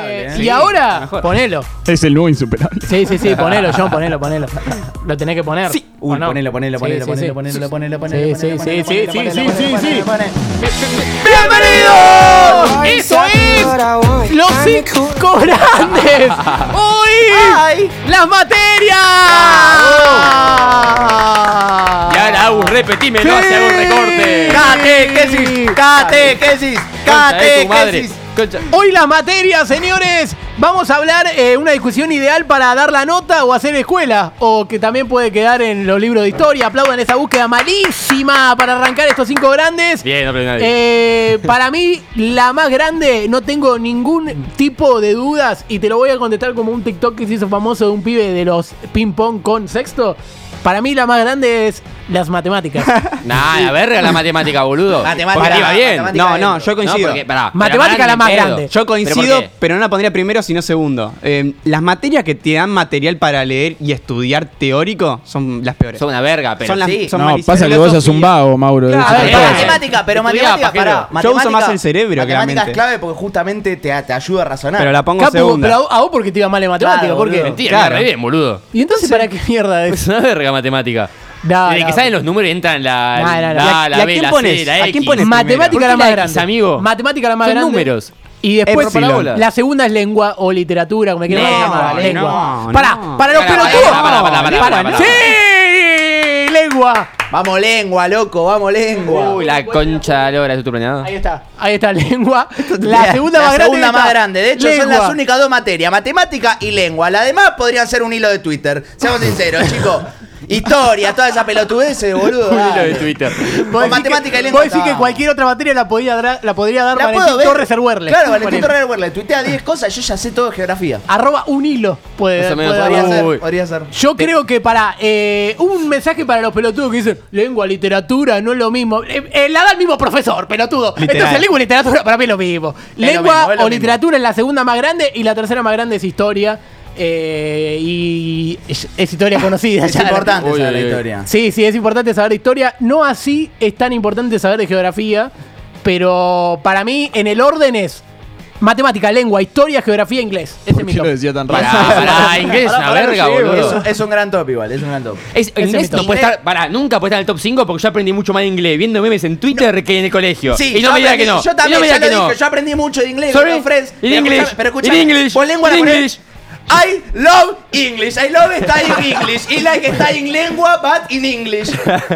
Y ahora, ponelo. Es el nuevo insuperable. Sí, ponelo, John, ponelo. Lo tenés que poner. Sí. ¿O no? Ponelo. Sí. ¡Bienvenidos! ¡Eso es! ¡Los 5 grandes! ¡Hoy! ¡Las materias! Y ahora Agus, repetímelo, hace un recorte. Catequesis. Hoy las materias, señores. Vamos a hablar una discusión ideal para dar la nota o hacer escuela. O que también puede quedar en los libros de historia. Aplaudan esa búsqueda malísima para arrancar estos 5 grandes. Bien, no aprende nadie. Para mí, la más grande, no tengo ningún tipo de dudas. Y te lo voy a contestar como un TikTok que se hizo famoso de un pibe de los ping pong con sexto. Para mí la más grande es las matemáticas. Nah, verga la matemática, boludo. Matemática va bien. No, yo coincido. Matemática la más grande. Yo coincido, ¿Pero pero no la pondría primero, sino segundo. Las materias que te dan material para leer y estudiar teórico son las peores. Son una verga, pero Son las sí. son No, malísimas. pasa que vos sos un vago, Mauro. Claro, Eso te pero pasa. matemática, pero matemática, pará. Yo uso más el cerebro que la Matemática mente. es clave porque justamente te ayuda a razonar. Pero la pongo Capu, segunda. pero a vos porque te iba mal en matemática, Claro, ¿por qué? boludo. Mentira, Claro. me re bien, boludo. ¿Y entonces para qué mierda es? Es una verga matemática. No, Desde no. que salen los números y entran la No. la ¿Y a B, quién la pones? C, la ¿A X. quién pones? Matemática ¿Por la qué más la grande. X, amigo? Matemática la más Son grande. números. Y después Epsilon. la segunda es lengua o literatura, como me quieran No, llamar. Lengua. no. Para los pelotudos. Para. ¡Sí! Lengua. Vamos lengua, loco, vamos lengua. Uy, la concha de la hora, ¿es tu planeado? Ahí está, lengua. La segunda La más grande. segunda más grande. De hecho, son Lengua. las únicas dos materias, matemática y lengua. Las demás podrían ser un hilo de Twitter. Seamos sinceros, chicos. Historia, toda esa pelotudez, boludo. Un hilo dale. de Twitter. Vos decís matemática que- y lengua Vos decís que está. cualquier otra materia la podría dar La Valentín puedo ver. Torres Erwerle. Claro, Valentín Torres Erwerle. Tuitea 10 cosas, yo ya sé todo de geografía. @ un hilo. Puede Más o menos, dar. Podría ser, Uy. podría ser. Yo creo que para un mensaje para los pelotudos que dicen lengua, literatura, no es lo mismo. La da el mismo profesor, pelotudo. Literal. Entonces, lengua y literatura para mí es lo mismo. lo Lengua mismo, es lo o mismo. literatura es la segunda más grande y la tercera más grande es historia. Y es historia conocida. Es ya. importante Uy, saber uy, la uy. historia. Sí, es importante saber de historia. No así es tan importante saber de geografía. Pero para mí, en el orden es matemática, lengua, historia, geografía, inglés. Ese ¿Por es mi qué lo top. decía tan Pará, rápido? inglés es una Pará, verga, llegué, boludo. Es un gran top igual, es un gran top. Inglés mi no top. puede estar, nunca puede estar en el top 5 porque yo aprendí mucho más de inglés viendo memes en Twitter que en el colegio. Sí, y no yo me digas aprendí- que no. Yo Y también, no me ya digas lo que no. dije, yo aprendí mucho de inglés. Sorry, con Friends. in Pero English, escuchame, pero in escuchame, English, vos lengua in la ponés. English. I love English. I love studying English. I like studying lengua, but in English.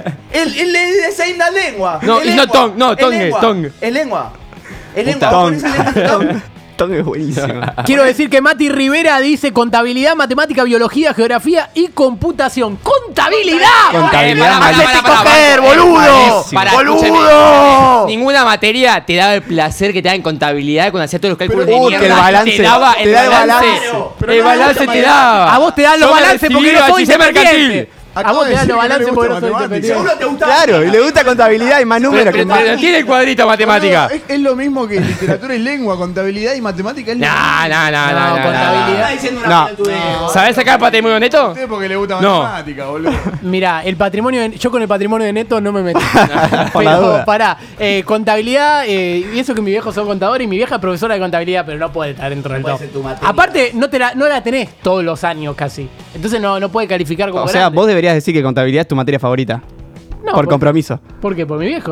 El de same la lengua. No, Es it's not lengua. tongue, no, Es tongue, lengua. tongue. Es lengua. Es lengua. Puta. Vos ponés el lengua, tongue. Tom es buenísimo. Quiero decir que Mati Rivera dice contabilidad, matemática, biología, geografía y computación. ¡Contabilidad! Contabilidad, ¡Hacete malísimo. coger, boludo! Para, ¡Boludo! Ninguna materia te daba el placer que te da en contabilidad cuando hacías todos los cálculos Pero, de que mierda. el balance, te daba te el da el balance. balance. Pero El no balance gusta te daba. A vos te dan los Yo me balances porque recibí no sos bachiller mercantil. independiente. A Acabo vos de te dan decir los que no le balances gusta porque no sos matemática. independiente. Seguro te gusta. Claro, y le gusta contabilidad y más números que más. Pero tiene el cuadrito matemática. Boludo, es lo mismo que literatura y lengua, contabilidad y matemática. Es lo mismo. No, contabilidad. Está diciendo una No. pelotudez. ¿Sabés sacar patrimonio neto? Usted porque le gusta No. matemática, boludo. Mirá, yo con el patrimonio de Neto no me metí. Por la Pero duda. pará, contabilidad, y eso que mi viejo son contadores y mi vieja es profesora de contabilidad, pero no puede estar dentro del puede top. ser tu materia. Aparte, no la tenés todos los años casi. Entonces no puede calificar como O sea, grande. vos deberías decir que contabilidad es tu materia favorita. No, por compromiso. ¿Por qué? ¿Por mi viejo?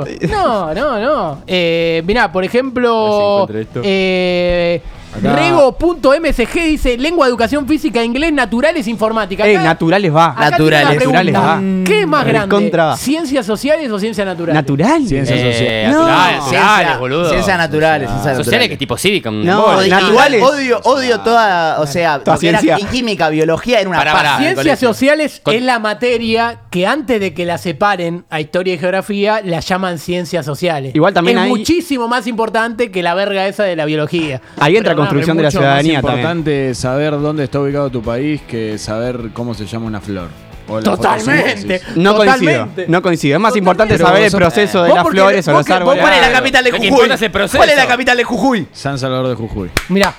No. Mirá, por ejemplo, A ver si encuentro esto. Acá. Rego.msg dice lengua, educación física, inglés, naturales, informática. Acá- Naturales va. acá tengo una Naturales pregunta. va. ¿Qué es más grande? Recontra va. ¿Ciencias sociales o ciencias naturales? ¿Natural? Ciencias sociales. No. Naturales, boludo. Ciencias naturales, ciencias Sociales naturales. que tipo cívica. No, Odio- naturales. Odio toda, o sea, Toda lo que era ciencia. química, biología era una Pará, paz pará. en el Ciencias colegio. sociales Con- es la materia que antes de que la separen a historia y geografía la llaman ciencias sociales. Igual también es hay- muchísimo más importante que la verga esa de la biología. Ahí entra Pero, construcción de la Es mucho ciudadanía más también. importante saber dónde está ubicado tu país que saber cómo se llama una flor. O la Totalmente. fotosíntesis. No coincido, Totalmente. no coincido. Es más Totalmente. importante Pero saber el vos- proceso de Vos las porque- flores o vos los que- vos árboles. ¿Cuál es la Claro. capital de Lo que Jujuy? importa es el proceso. ¿Cuál es la capital de Jujuy? San Salvador de Jujuy. Mirá,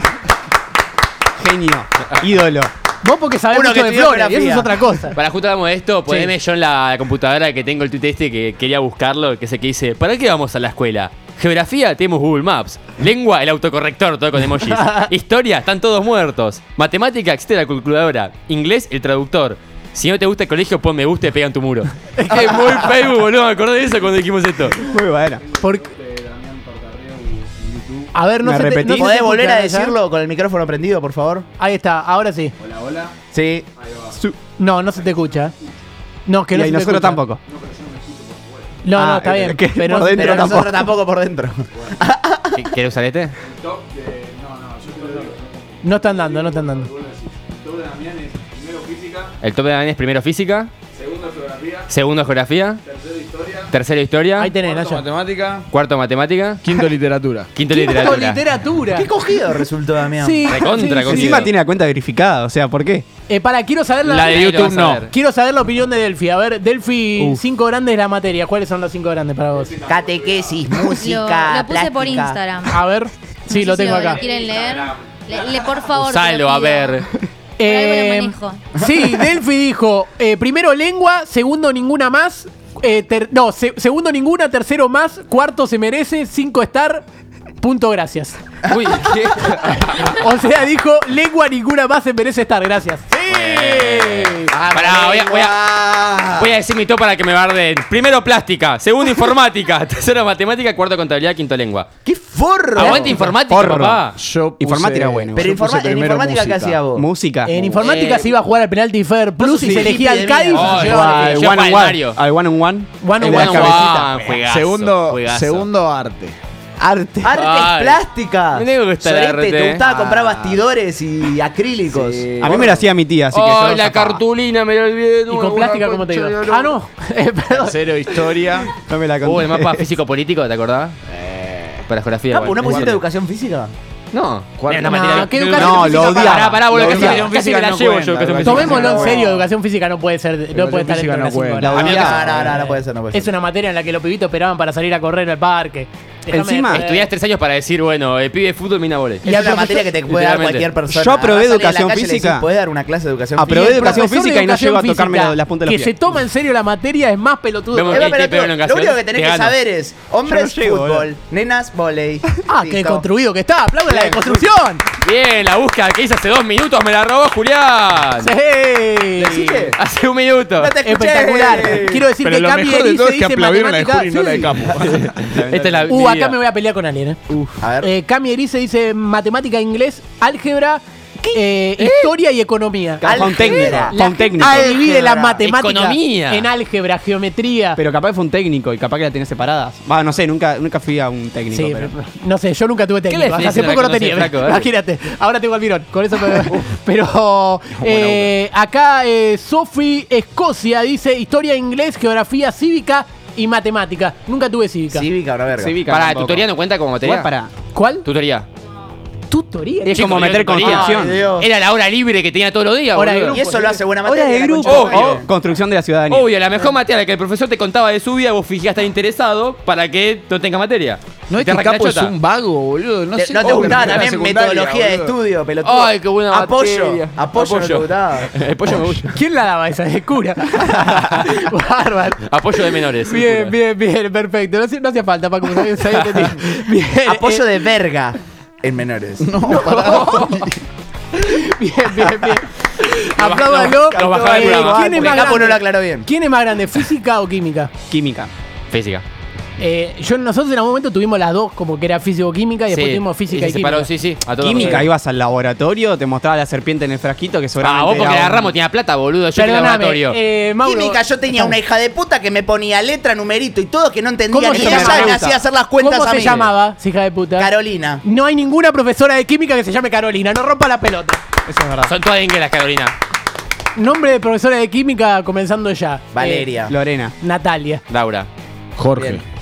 Genio, ídolo. vos porque sabés Uno mucho que de estudió flores, y eso es geografía. otra cosa. Para justo hablamos de esto, poneme yo en la computadora que tengo el tweet este que quería buscarlo, que sé que dice, ¿para qué vamos a la escuela? Geografía, tenemos Google Maps. Lengua, el autocorrector, todo con emojis. Historia, están todos muertos. Matemática, existe la calculadora. Inglés, el traductor. Si no te gusta el colegio, pon me gusta y pega en tu muro. Es que es muy Facebook, boludo. Me acordé de eso cuando dijimos esto. Muy buena. A ver, no ¿Me se te, repetís? no se te ¿Podés volver a escucha, ¿ya? decirlo con el micrófono prendido, por favor? Ahí está, ahora sí. Sí. No, no se te escucha. No, que Y no ahí se te nosotros escucha. tampoco. No, está bien. que Pero, por dentro Pero pero nosotros tampoco por dentro. ¿Quieres usar este? no están dando, no están dando. El top de Damián es primero física. Segundo geografía. Tercero historia. Ahí tenés, Cuarto, Nacho. matemática. Cuarto matemática. Quinto, literatura. Quinto Quinto, literatura. literatura. Qué cogido resultó, Damián. Sí, Recontra cogido. Encima tiene la cuenta verificada, o sea, ¿por qué? quiero saber La de Ahí lo YouTube vas a no. ver. Quiero saber la opinión de Delphi. A ver, Delphi, 5 grandes de la materia. ¿Cuáles son los 5 grandes para vos? Catequesis, música, Lo puse por plástica. Instagram. A ver. Sí, No lo sé si tengo acá. quieren leer? Por favor. te Usalo, lo a pido. ver. Por algo lo manejo. Sí, Delphi dijo, primero lengua, segundo ninguna más, segundo ninguna, tercero más, cuarto se merece, 5 star, punto gracias. Uy, ¿qué? O sea, dijo, lengua ninguna más se merece estar, gracias. ¡Sí! Pará, voy a decir mi top para que me barden. Primero plástica, segundo informática, tercero matemática, cuarto contabilidad, quinto lengua. ¡Qué forro! Aguante informática, Forro. papá. Yo Informática era bueno. Pero yo puse en primero informática, ¿qué música. hacías vos? Música. En informática se iba a jugar al penalti Fair Plus y sos se un elegía hippie al de Cádiz. mierda. y se Ay, llevaba guay. el- Yo One para on el one. Mario. Al one on one. One on El de la one. cabecita. Juegazo, Segundo, juegazo. segundo arte. Arte. Artes Ay. plásticas. Me gusta el Sorete, arte. te gustaba comprar bastidores y acrílicos. Sí. A mí me lo hacía mi tía, así que Ay, yo la zafaba. cartulina, me lo olvidé. ¿Y con plástica cómo te iba? Ah, no. Perdón. Tercero, historia. No me la conté. El mapa físico-político, ¿te acordás? Para geografía. Capo, igual. ¿no pusiste educación física? No. Cuarto. Era una No, materia. ¿qué educación No, física? lo odiaba. Pará, boludo, Lo casi odiaba. casi me la No llevo cuenta, yo. Educación educación física. Tomémoslo en no. serio, educación física no puede ser, no puede estar física dentro de no las 5 cuenta. horas. A mí lo que- No puede ser, no puede ser. Es una materia en la que los pibitos esperaban para salir a correr al parque. Encima- Estudiás 3 años para decir, bueno, el pibe de fútbol mina volei. Y es una materia que te puede dar Literalmente. cualquier persona. Yo aprobé Vas a salir a la educación calle y le decís, física. ¿puedes dar una clase de educación Aprobé física? educación Profesor de física y no educación llego a tocarme física las puntas de que los se pies. toma en serio la materia es más pelotudo. Vemos Es que- más pelotudo. pero en Lo único que te tenés que gano. saber es hombres, Yo no llego, fútbol, nenas, volei. Ah, qué Listo. construido que está. Aplaude la deconstrucción. Bien, la búsqueda que hice hace 2 minutos me la robó Julián. Sí. ¿Lo hiciste? Hace 1 minuto. No te escuché. Espectacular. Quiero decir Pero que lo Cami mejor de Erice todo es que dice aplaudieron a matemática. Juli, no la de Capo. Esta es la mi Acá vida. me voy a pelear con alguien, A ver. Cami Erice dice matemática, inglés, álgebra, historia y economía. Fue un técnico. La Fue un técnico. Ah, divide las Álgebra. matemáticas Economía. en álgebra, geometría. Pero capaz fue un técnico y capaz que la tenés separadas. Va, no sé, nunca fui a un técnico. Sí, pero... no sé, yo nunca tuve le técnico. decís Hace a la poco no que no tenía. sé, flaco, eh? Imagínate, ahora tengo almirón. Con eso pero acá Sofi Escocia dice historia, inglés, geografía, cívica y matemática. Nunca tuve cívica. Cívica, una verga. Cívica Para, tampoco. tutoría no cuenta como materia. Igual para. ¿Cuál? Tutoría. Tutoría. Es Chicos, como meter tutoría. construcción. Ay, Dios. Era la hora libre que tenía todos los días, Hora de boludo. grupo. Y eso lo hace buena Hora materia. de la grupo. concha de tu O madre. construcción de la ciudadanía. Obvio, la mejor materia que el profesor te contaba de su vida, vos fingías estar interesado para que no tenga materia. No, Y te este arranca la Capo es chota. un vago, boludo. No, sé No te cómo gustaba terminé la también secundaria, metodología de boludo. estudio, pelotudo. Ay, qué buena Apoyo. materia. Apoyo no te gustaba. El pollo me gusta. ¿Quién la daba esa? ¿Es cura? Bárbaro. Apoyo de menores. Bien, bien, bien, perfecto. No hacía falta, Paco. Sabía entender. Bien, Apoyo de verga en menores. Bien, bien, bien. Apláudalo. lo bajaba del programa. ¿Quién es Porque más Capo no lo grande? aclaró bien. ¿Quién es más grande, física o química? Química. Física. Nosotros en algún momento tuvimos las dos, como que era físico-química y después tuvimos física y se separó, química. sí. A todo Química, todo. ibas al laboratorio, te mostraba la serpiente en el frasquito que seguramente. Ah, vos porque era la un- Ramos tenía plata, boludo. Yo en el laboratorio. Mauro, Química, yo tenía una hija de puta que me ponía letra, numerito y todo que no entendía ¿Cómo ni se ella llamaba? me hacía hacer las cuentas ¿Cómo a se mí. llamaba, esa hija de puta? Carolina. No hay ninguna profesora de química que se llame Carolina, no rompa la pelota. Eso es verdad. Son todas inglesas, Carolina. Nombre de profesora de química comenzando ya. Valeria. Lorena. Natalia. Laura. Jorge. Bien.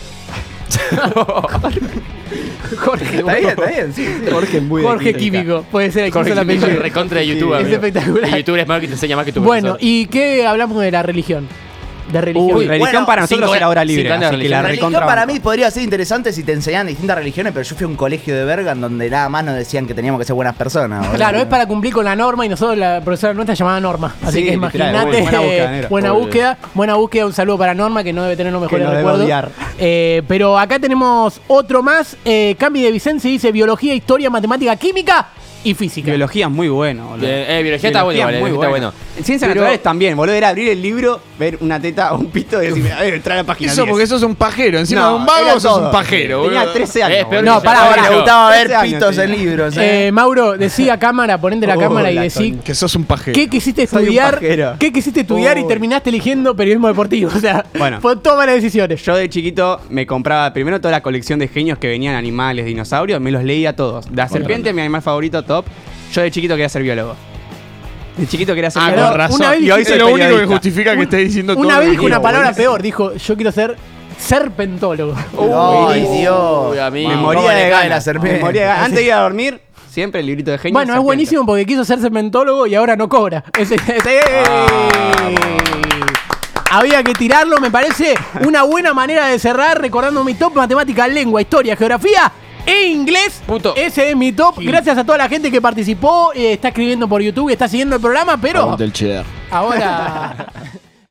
Jorge. Está bien, sí. Jorge muy de Jorge química. Químico. Puede ser el que Jorge hizo la Químico, apellido. recontra de YouTube, Es amigo. espectacular. El youtuber es más que te enseña más que tu Bueno, profesor. ¿y qué hablamos de la religión? de religión. Uy, religión Bueno, para nosotros 5 era hora libre, 5 años de así que la La religión recontra para banco. mí podría ser interesante si te enseñan distintas religiones, pero yo fui a un colegio de verga en donde nada más nos decían que teníamos que ser buenas personas. boludo. Claro, es para cumplir con la norma y nosotros la profesora nuestra llamaba Norma. Así Sí, que literal, imagínate. buena búsqueda, negro. Buena búsqueda. Un saludo para Norma que no debe tener los mejores nos debe recuerdos. odiar. Pero acá tenemos otro más. Cami de Vicenzi dice biología, historia, matemática, química y física. Biología es muy bueno, boludo. Biología está bueno, vale, muy está bueno. Ciencias Pero- naturales también, boludo. Era abrir el libro, ver una teta o un pito y decirme, a ver, trae la página. Eso 10. porque sos un pajero. Encima No, de un vago era sos todo. un pajero, Tenía boludo. 13 años. Es peor boludo. No, pará, Ahora pará. le gustaba ver 13 años pitos en tenía. libros. Mauro, decía cámara, ponete la cámara y la decí Que sos un pajero. qué quisiste Soy un estudiar, pajero. qué quisiste estudiar y Uy. terminaste eligiendo periodismo deportivo. O sea, Bueno. fue todas las decisiones. Yo de chiquito me compraba primero toda la colección de genios que venían animales, dinosaurios, me los leía todos. La serpiente, mi animal favorito, top. Yo de chiquito quería ser biólogo. De chiquito quería ser Ah, biólogo. con razón. Una vez Y hoy dijiste- es lo único que periodista. justifica que esté diciendo todo. Una lo vez que dijo una digo, palabra buenísimo. peor, dijo, yo quiero ser serpentólogo. Ay, Dios. Uy, amigo. Me ¿Cómo moría le de cae ganas. la serpiente? Me moría de ganas. Antes de ir a dormir, siempre el librito de genios. Bueno, es serpiente. buenísimo porque quiso ser serpentólogo y ahora no cobra. Había que tirarlo, me parece una buena manera de cerrar recordando mi top: matemática, lengua, historia, geografía e inglés. Puto. Ese es mi top. Gracias a toda la gente que participó, está escribiendo por YouTube, está siguiendo el programa, pero Aguante el cheddar. ahora